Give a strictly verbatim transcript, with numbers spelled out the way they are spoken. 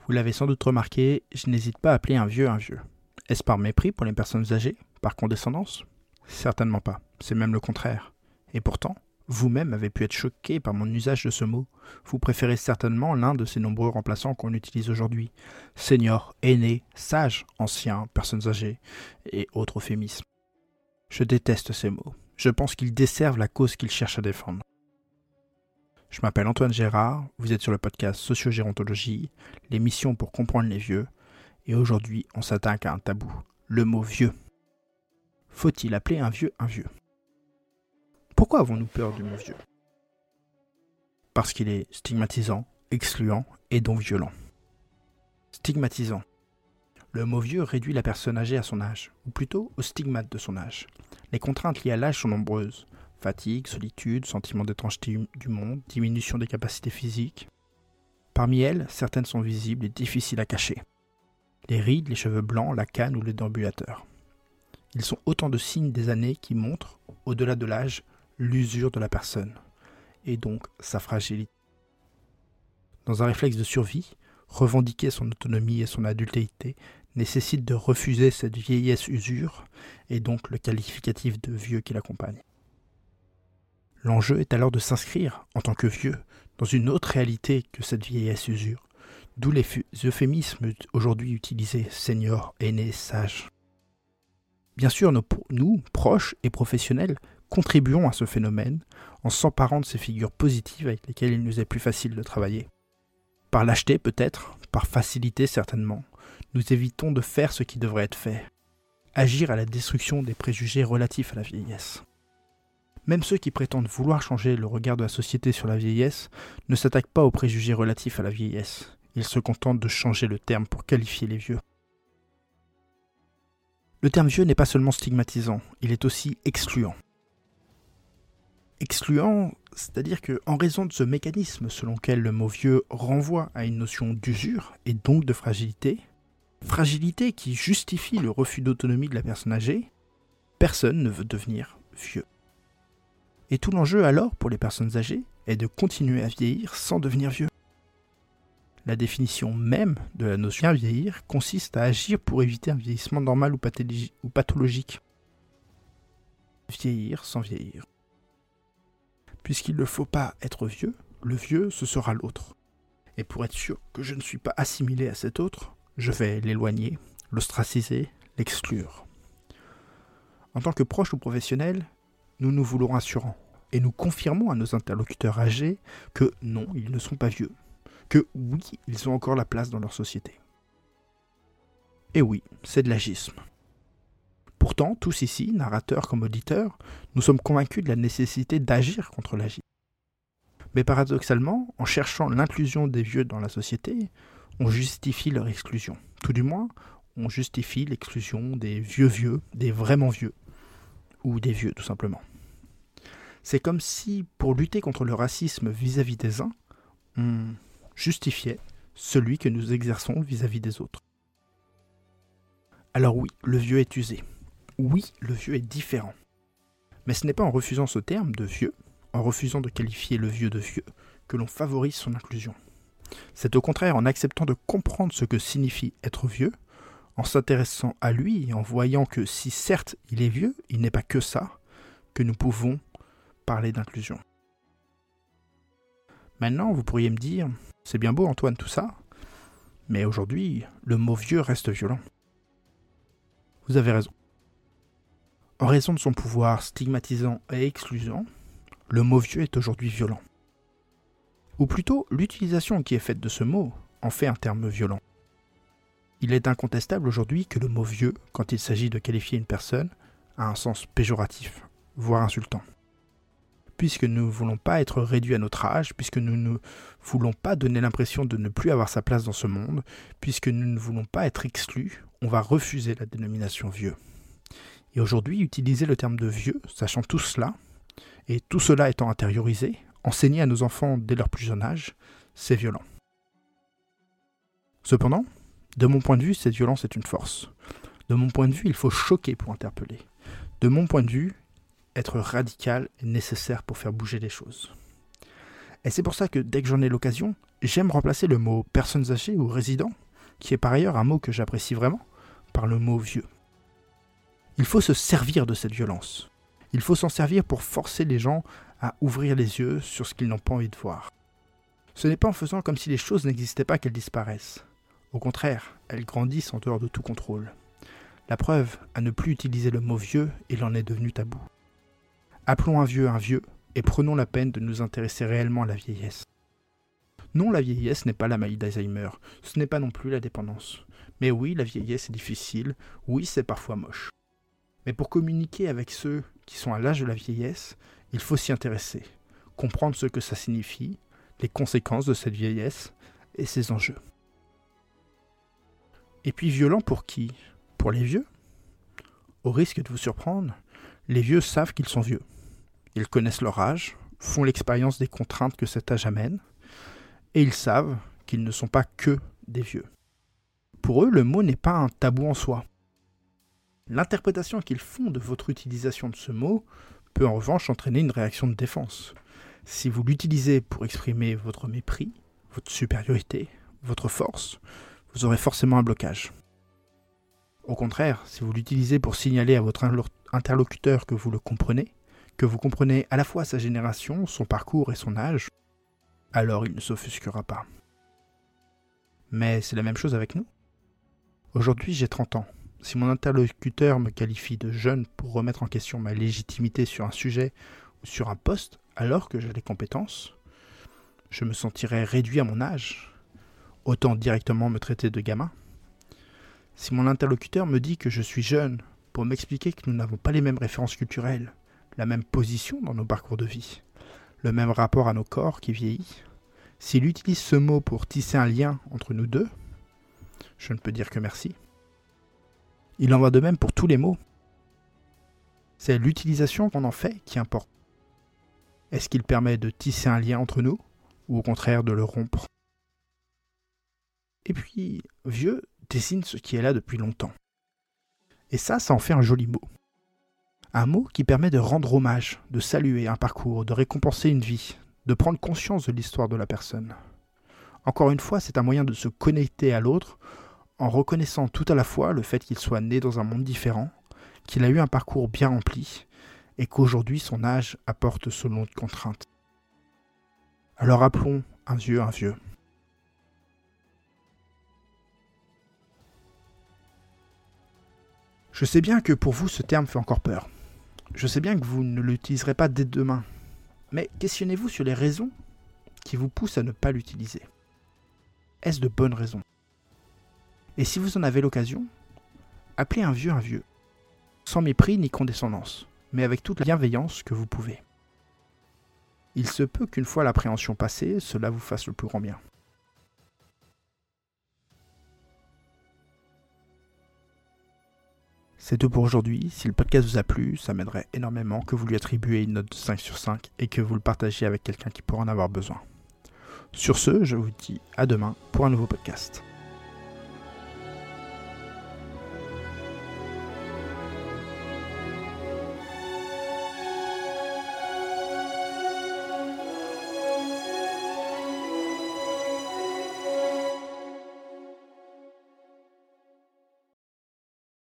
Vous l'avez sans doute remarqué, je n'hésite pas à appeler un vieux un vieux. Est-ce par mépris pour les personnes âgées? Par condescendance? Certainement pas, c'est même le contraire. Et pourtant, vous-même avez pu être choqué par mon usage de ce mot. Vous préférez certainement l'un de ces nombreux remplaçants qu'on utilise aujourd'hui. Senior, aîné, sage, ancien, personnes âgées et autres euphémismes. Je déteste ces mots. Je pense qu'ils desservent la cause qu'ils cherchent à défendre. Je m'appelle Antoine Gérard, vous êtes sur le podcast Sociogérontologie, l'émission pour comprendre les vieux, et aujourd'hui on s'attaque à un tabou, le mot vieux. Faut-il appeler un vieux un vieux? Pourquoi avons-nous peur du mot vieux? Parce qu'il est stigmatisant, excluant et donc violent. Stigmatisant. Le mot vieux réduit la personne âgée à son âge, ou plutôt au stigmate de son âge. Les contraintes liées à l'âge sont nombreuses. Fatigue, solitude, sentiment d'étrangeté du monde, diminution des capacités physiques. Parmi elles, certaines sont visibles et difficiles à cacher. Les rides, les cheveux blancs, la canne ou le déambulateur. Ils sont autant de signes des années qui montrent, au-delà de l'âge, l'usure de la personne, et donc sa fragilité. Dans un réflexe de survie, revendiquer son autonomie et son adultérité nécessite de refuser cette vieillesse usure, et donc le qualificatif de vieux qui l'accompagne. L'enjeu est alors de s'inscrire, en tant que vieux, dans une autre réalité que cette vieillesse usure, d'où les euphémismes aujourd'hui utilisés, senior, aîné, sage. Bien sûr, nos, nous, proches et professionnels, contribuons à ce phénomène en s'emparant de ces figures positives avec lesquelles il nous est plus facile de travailler. Par lâcheté peut-être, par facilité certainement, nous évitons de faire ce qui devrait être fait, agir à la destruction des préjugés relatifs à la vieillesse. Même ceux qui prétendent vouloir changer le regard de la société sur la vieillesse ne s'attaquent pas aux préjugés relatifs à la vieillesse. Ils se contentent de changer le terme pour qualifier les vieux. Le terme vieux n'est pas seulement stigmatisant, il est aussi excluant. Excluant, c'est-à-dire qu'en raison de ce mécanisme selon lequel le mot vieux renvoie à une notion d'usure et donc de fragilité, fragilité qui justifie le refus d'autonomie de la personne âgée, personne ne veut devenir vieux. Et tout l'enjeu alors, pour les personnes âgées, est de continuer à vieillir sans devenir vieux. La définition même de la notion de vieillir consiste à agir pour éviter un vieillissement normal ou, pathologi- ou pathologique. Vieillir sans vieillir. Puisqu'il ne faut pas être vieux, le vieux, ce sera l'autre. Et pour être sûr que je ne suis pas assimilé à cet autre, je vais l'éloigner, l'ostraciser, l'exclure. En tant que proche ou professionnel, nous nous voulons rassurants et nous confirmons à nos interlocuteurs âgés que non, ils ne sont pas vieux, que oui, ils ont encore la place dans leur société. Et oui, c'est de l'agisme. Pourtant, tous ici, narrateurs comme auditeurs, nous sommes convaincus de la nécessité d'agir contre l'agisme. Mais paradoxalement, en cherchant l'inclusion des vieux dans la société, on justifie leur exclusion. Tout du moins, on justifie l'exclusion des vieux vieux, des vraiment vieux, ou des vieux tout simplement. C'est comme si, pour lutter contre le racisme vis-à-vis des uns, on justifiait celui que nous exerçons vis-à-vis des autres. Alors oui, le vieux est usé. Oui, le vieux est différent. Mais ce n'est pas en refusant ce terme de vieux, en refusant de qualifier le vieux de vieux, que l'on favorise son inclusion. C'est au contraire en acceptant de comprendre ce que signifie être vieux, en s'intéressant à lui et en voyant que si certes il est vieux, il n'est pas que ça, que nous pouvons parler d'inclusion. Maintenant, vous pourriez me dire, c'est bien beau Antoine tout ça, mais aujourd'hui, le mot vieux reste violent. Vous avez raison. En raison de son pouvoir stigmatisant et excluant, le mot vieux est aujourd'hui violent. Ou plutôt, l'utilisation qui est faite de ce mot en fait un terme violent. Il est incontestable aujourd'hui que le mot vieux, quand il s'agit de qualifier une personne, a un sens péjoratif, voire insultant. Puisque nous ne voulons pas être réduits à notre âge, puisque nous ne voulons pas donner l'impression de ne plus avoir sa place dans ce monde, puisque nous ne voulons pas être exclus, on va refuser la dénomination vieux. Et aujourd'hui, utiliser le terme de vieux, sachant tout cela, et tout cela étant intériorisé, enseigner à nos enfants dès leur plus jeune âge, c'est violent. Cependant, de mon point de vue, cette violence est une force. De mon point de vue, il faut choquer pour interpeller. De mon point de vue, être radical est nécessaire pour faire bouger les choses. Et c'est pour ça que dès que j'en ai l'occasion, j'aime remplacer le mot personnes âgées ou résidents, qui est par ailleurs un mot que j'apprécie vraiment, par le mot vieux. Il faut se servir de cette violence. Il faut s'en servir pour forcer les gens à ouvrir les yeux sur ce qu'ils n'ont pas envie de voir. Ce n'est pas en faisant comme si les choses n'existaient pas qu'elles disparaissent. Au contraire, elles grandissent en dehors de tout contrôle. La preuve, à ne plus utiliser le mot vieux, il en est devenu tabou. Appelons un vieux un vieux et prenons la peine de nous intéresser réellement à la vieillesse. Non, la vieillesse n'est pas la maladie d'Alzheimer, ce n'est pas non plus la dépendance. Mais oui, la vieillesse est difficile, oui, c'est parfois moche. Mais pour communiquer avec ceux qui sont à l'âge de la vieillesse, il faut s'y intéresser, comprendre ce que ça signifie, les conséquences de cette vieillesse et ses enjeux. Et puis violent pour qui ? Pour les vieux ? Au risque de vous surprendre, les vieux savent qu'ils sont vieux. Ils connaissent leur âge, font l'expérience des contraintes que cet âge amène, et ils savent qu'ils ne sont pas que des vieux. Pour eux, le mot n'est pas un tabou en soi. L'interprétation qu'ils font de votre utilisation de ce mot peut en revanche entraîner une réaction de défense. Si vous l'utilisez pour exprimer votre mépris, votre supériorité, votre force, vous aurez forcément un blocage. Au contraire, si vous l'utilisez pour signaler à votre interlocuteur que vous le comprenez, que vous comprenez à la fois sa génération, son parcours et son âge, alors il ne s'offusquera pas. Mais c'est la même chose avec nous. Aujourd'hui, j'ai trente ans. Si mon interlocuteur me qualifie de jeune pour remettre en question ma légitimité sur un sujet ou sur un poste, alors que j'ai les compétences, je me sentirais réduit à mon âge. Autant directement me traiter de gamin. Si mon interlocuteur me dit que je suis jeune pour m'expliquer que nous n'avons pas les mêmes références culturelles, la même position dans nos parcours de vie, le même rapport à nos corps qui vieillit, s'il utilise ce mot pour tisser un lien entre nous deux, je ne peux dire que merci. Il en va de même pour tous les mots. C'est l'utilisation qu'on en fait qui importe. Est-ce qu'il permet de tisser un lien entre nous, ou au contraire de le rompre ? Et puis, vieux désigne ce qui est là depuis longtemps. Et ça, ça en fait un joli mot. Un mot qui permet de rendre hommage, de saluer un parcours, de récompenser une vie, de prendre conscience de l'histoire de la personne. Encore une fois, c'est un moyen de se connecter à l'autre en reconnaissant tout à la fois le fait qu'il soit né dans un monde différent, qu'il a eu un parcours bien rempli et qu'aujourd'hui son âge apporte son lot de contraintes. Alors appelons un vieux un vieux. Je sais bien que pour vous ce terme fait encore peur. Je sais bien que vous ne l'utiliserez pas dès demain. Mais questionnez-vous sur les raisons qui vous poussent à ne pas l'utiliser. Est-ce de bonnes raisons ? Et si vous en avez l'occasion, appelez un vieux un vieux, sans mépris ni condescendance, mais avec toute la bienveillance que vous pouvez. Il se peut qu'une fois l'appréhension passée, cela vous fasse le plus grand bien. C'est tout pour aujourd'hui. Si le podcast vous a plu, ça m'aiderait énormément que vous lui attribuiez une note de cinq sur cinq et que vous le partagiez avec quelqu'un qui pourrait en avoir besoin. Sur ce, je vous dis à demain pour un nouveau podcast.